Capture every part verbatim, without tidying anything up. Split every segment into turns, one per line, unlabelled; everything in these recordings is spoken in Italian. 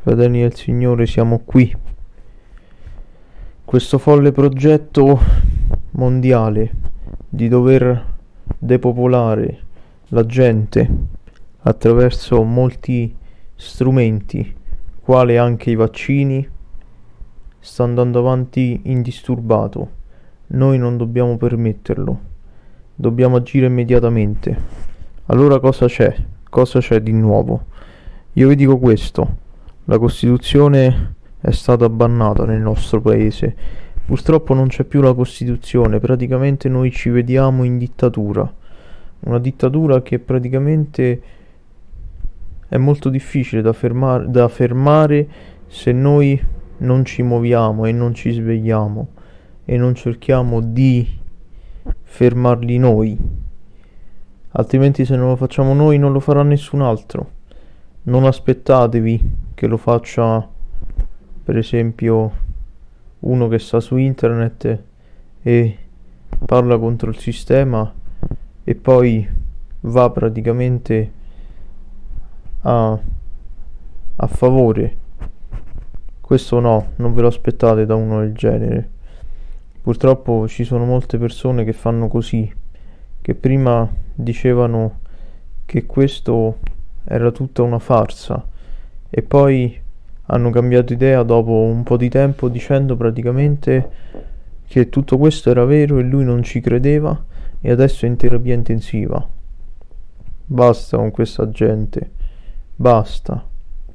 Fratelli del Signore, siamo qui. Questo folle progetto mondiale di dover depopolare la gente attraverso molti strumenti, quale anche i vaccini, sta andando avanti indisturbato. Noi non dobbiamo permetterlo, dobbiamo agire immediatamente. Allora cosa c'è? Cosa c'è di nuovo? Io vi dico questo: la Costituzione è stata bannata nel nostro paese. Purtroppo non c'è più la Costituzione, praticamente noi ci vediamo in dittatura. Una dittatura che praticamente è molto difficile da fermare, da fermare se noi non ci muoviamo e non ci svegliamo e non cerchiamo di fermarli noi. Altrimenti, se non lo facciamo noi, non lo farà nessun altro. Non aspettatevi che lo faccia, per esempio, uno che sta su internet e parla contro il sistema e poi va praticamente a, a favore. Questo no, non ve lo aspettate da uno del genere. Purtroppo ci sono molte persone che fanno così, che prima dicevano che questo era tutta una farsa e poi hanno cambiato idea dopo un po' di tempo, dicendo praticamente che tutto questo era vero e lui non ci credeva e adesso è in terapia intensiva. Basta con questa gente, basta.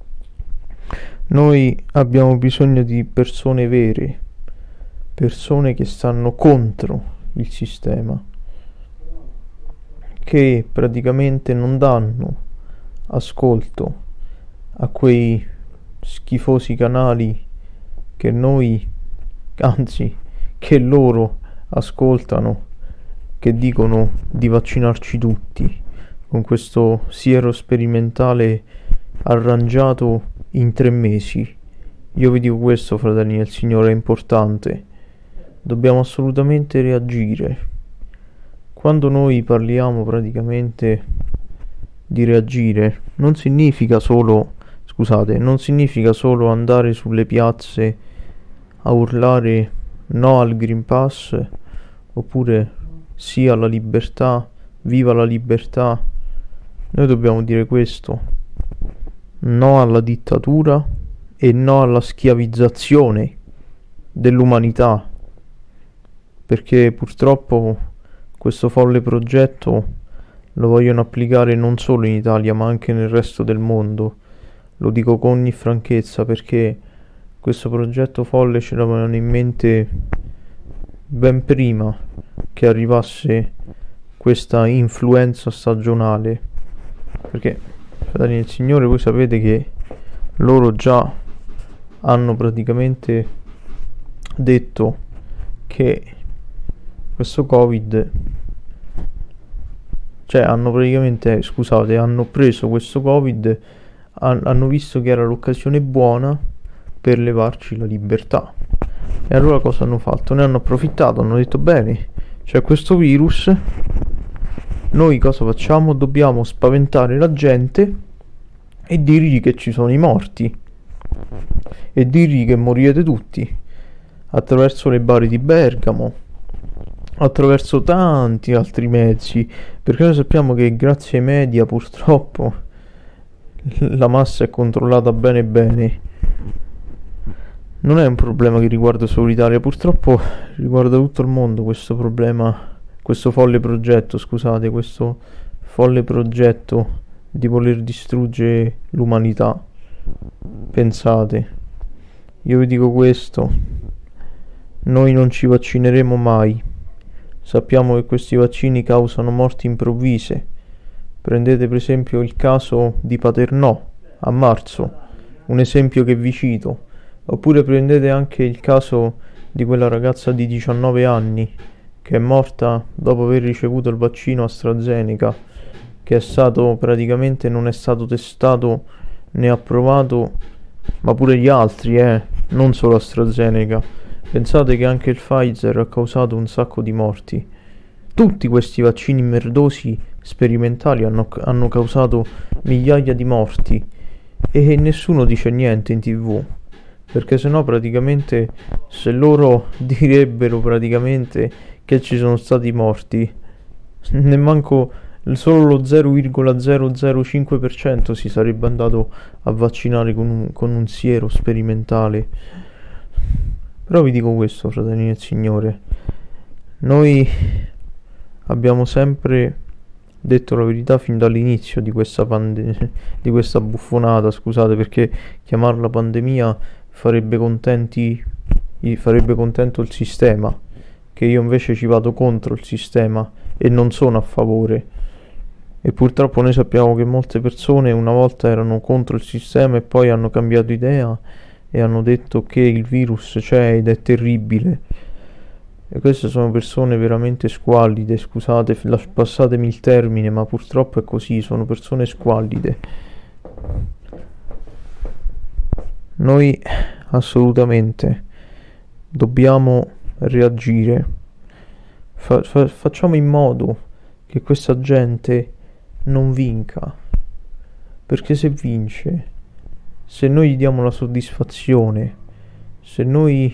Noi abbiamo bisogno di persone vere, persone che stanno contro il sistema, che praticamente non danno ascolto a quei schifosi canali che noi, anzi che loro ascoltano, che dicono di vaccinarci tutti con questo siero sperimentale arrangiato in tre mesi. Io vi dico questo, fratelli del Signore, è importante. Dobbiamo assolutamente reagire. Quando noi parliamo praticamente di reagire, non significa solo, scusate, non significa solo andare sulle piazze a urlare no al Green Pass oppure sì alla libertà, viva la libertà. Noi dobbiamo dire questo: no alla dittatura e no alla schiavizzazione dell'umanità, perché purtroppo questo folle progetto lo vogliono applicare non solo in Italia ma anche nel resto del mondo. Lo dico con ogni franchezza, perché questo progetto folle ce l'avevano in mente ben prima che arrivasse questa influenza stagionale, perché, fratelli del Signore, voi sapete che loro già hanno praticamente detto che questo Covid, cioè hanno praticamente, scusate, hanno preso questo Covid, han, hanno visto che era l'occasione buona per levarci la libertà. E allora cosa hanno fatto? Ne hanno approfittato, hanno detto: bene, c'è questo virus, noi cosa facciamo? Dobbiamo spaventare la gente e dirgli che ci sono i morti e dirgli che morirete tutti, attraverso le bare di Bergamo, attraverso tanti altri mezzi, perché noi sappiamo che grazie ai media purtroppo la massa è controllata bene bene. Non è un problema che riguarda solo l'Italia, purtroppo riguarda tutto il mondo questo problema, questo folle progetto, scusate, questo folle progetto di voler distruggere l'umanità. Pensate, io vi dico questo: noi non ci vaccineremo mai. Sappiamo che questi vaccini causano morti improvvise. Prendete per esempio il caso di Paternò a marzo, un esempio che vi cito. Oppure prendete anche il caso di quella ragazza di diciannove anni che è morta dopo aver ricevuto il vaccino AstraZeneca, che è stato praticamente, non è stato testato né approvato, ma pure gli altri, eh, non solo AstraZeneca. Pensate che anche il Pfizer ha causato un sacco di morti. Tutti questi vaccini merdosi sperimentali hanno, hanno causato migliaia di morti. e nessuno dice niente in tv, perché sennò praticamente, se loro direbbero praticamente che ci sono stati morti, nemmanco solo lo zero virgola zero zero cinque per cento si sarebbe andato a vaccinare con un, con un siero sperimentale. Però vi dico questo, fratelli del Signore, noi abbiamo sempre detto la verità fin dall'inizio di questa pande- di questa buffonata, scusate, perché chiamarla pandemia farebbe contenti farebbe contento il sistema, che io invece ci vado contro il sistema e non sono a favore. E purtroppo noi sappiamo che molte persone una volta erano contro il sistema e poi hanno cambiato idea e hanno detto che il virus c'è ed è terribile. E queste sono persone veramente squallide, scusate, passatemi il termine, ma purtroppo è così, sono persone squallide. Noi assolutamente dobbiamo reagire. Fa- fa- facciamo in modo che questa gente non vinca, perché se vince, se noi gli diamo la soddisfazione, se noi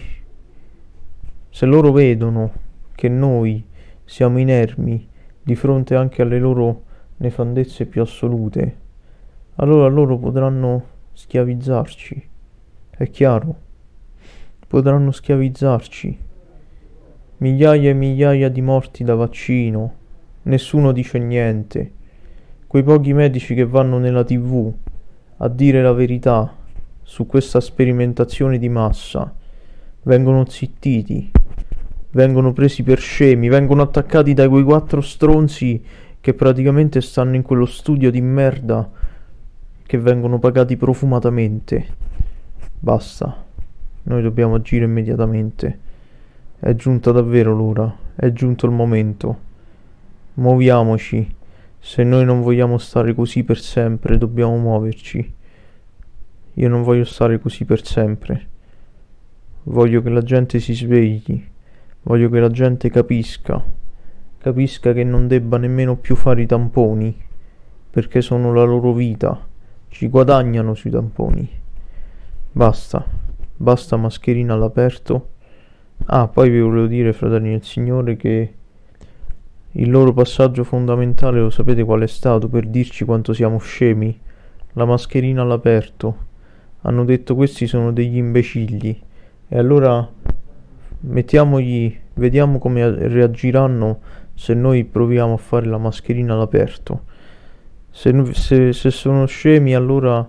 se loro vedono che noi siamo inermi di fronte anche alle loro nefandezze più assolute, allora loro potranno schiavizzarci, è chiaro, potranno schiavizzarci. Migliaia e migliaia di morti da vaccino, nessuno dice niente. Quei pochi medici che vanno nella tv a dire la verità su questa sperimentazione di massa vengono zittiti, vengono presi per scemi, vengono attaccati da quei quattro stronzi che praticamente stanno in quello studio di merda, che vengono pagati profumatamente. Basta, noi dobbiamo agire immediatamente. È giunta davvero l'ora, è giunto il momento. Muoviamoci. Se noi non vogliamo stare così per sempre, dobbiamo muoverci. Io non voglio stare così per sempre. Voglio che la gente si svegli. Voglio che la gente capisca. Capisca che non debba nemmeno più fare i tamponi, perché sono la loro vita. Ci guadagnano sui tamponi. Basta. Basta mascherina all'aperto. Ah, poi vi volevo dire, fratelli del Signore, che il loro passaggio fondamentale lo sapete qual è stato per dirci quanto siamo scemi? La mascherina all'aperto. Hanno detto questi sono degli imbecilli. E allora mettiamogli, vediamo come reagiranno se noi proviamo a fare la mascherina all'aperto. Se, se, se sono scemi, allora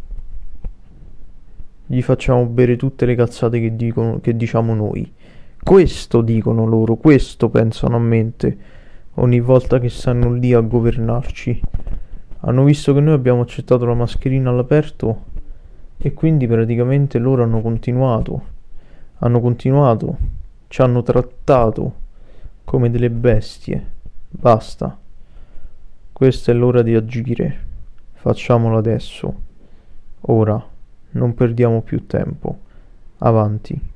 gli facciamo bere tutte le cazzate che, dicono, che diciamo noi. Questo dicono loro, questo pensano a mente ogni volta che stanno lì a governarci. Hanno visto che noi abbiamo accettato la mascherina all'aperto e quindi praticamente loro hanno continuato. Hanno continuato, ci hanno trattato come delle bestie. Basta. Questa è l'ora di agire. Facciamolo adesso. Ora. Non perdiamo più tempo. Avanti.